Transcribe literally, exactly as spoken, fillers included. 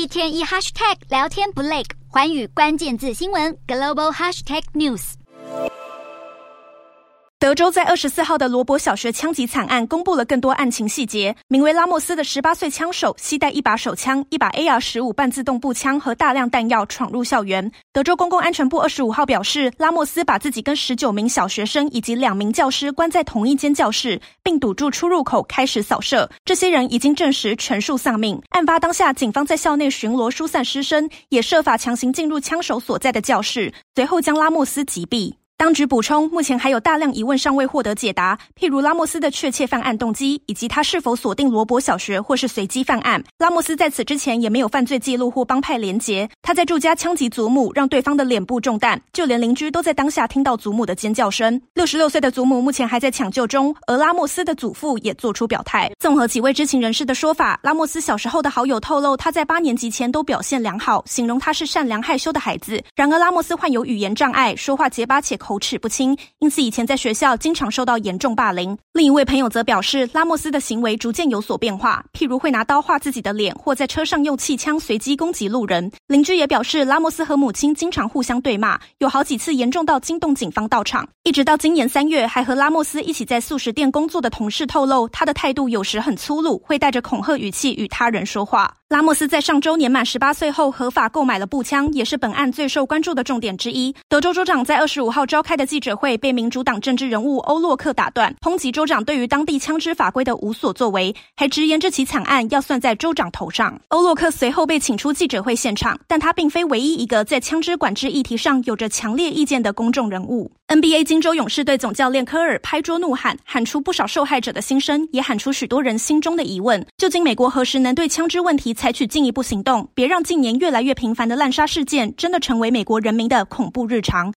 天一 hashtag 聊天不累，寰宇关键字新闻 global hashtag news。 德州在二十四号的罗伯小学枪击惨案公布了更多案情细节。名为拉莫斯的十八岁枪手携带一把手枪、一把 A R 十五 半自动步枪和大量弹药闯入校园。德州公共安全部二十五号表示，拉莫斯把自己跟十九名小学生以及两名教师关在同一间教室，并堵住出入口开始扫射。这些人已经证实全数丧命。案发当下，警方在校内巡逻疏散师生，也设法强行进入枪手所在的教室，随后将拉莫斯击毙。当局补充，目前还有大量疑问尚未获得解答，譬如拉莫斯的确切犯案动机，以及他是否锁定罗伯小学或是随机犯案。拉莫斯在此之前也没有犯罪记录或帮派连结，他在住家枪击祖母，让对方的脸部中弹，就连邻居都在当下听到祖母的尖叫声。六十六岁的祖母目前还在抢救中，而拉莫斯的祖父也做出表态。综合几位知情人士的说法，拉莫斯小时候的好友透露，他在八年级前都表现良好，形容他是善良害羞的孩子。然而拉莫斯患有语言障碍，说话结巴且口齿不清，因此以前在学校经常受到严重霸凌。另一位朋友则表示，拉莫斯的行为逐渐有所变化，譬如会拿刀划自己的脸，或在车上用气枪随机攻击路人。邻居也表示，拉莫斯和母亲经常互相对骂，有好几次严重到惊动警方到场。一直到今年三月，还和拉莫斯一起在速食店工作的同事透露，他的态度有时很粗鲁，会带着恐吓语气与他人说话。拉莫斯在上周年满十八岁后合法购买了步枪，也是本案最受关注的重点之一。德州州长在二十五号召开的记者会被民主党政治人物欧洛克打断，抨击州长对于当地枪支法规的无所作为，还直言这起惨案要算在州长头上。欧洛克随后被请出记者会现场，但他并非唯一一个在枪支管制议题上有着强烈意见的公众人物。N B A 金州勇士队总教练科尔拍桌怒喊，喊出不少受害者的心声，也喊出许多人心中的疑问：究竟美国何时能对枪支问题采取进一步行动，别让近年越来越频繁的滥杀事件真的成为美国人民的恐怖日常？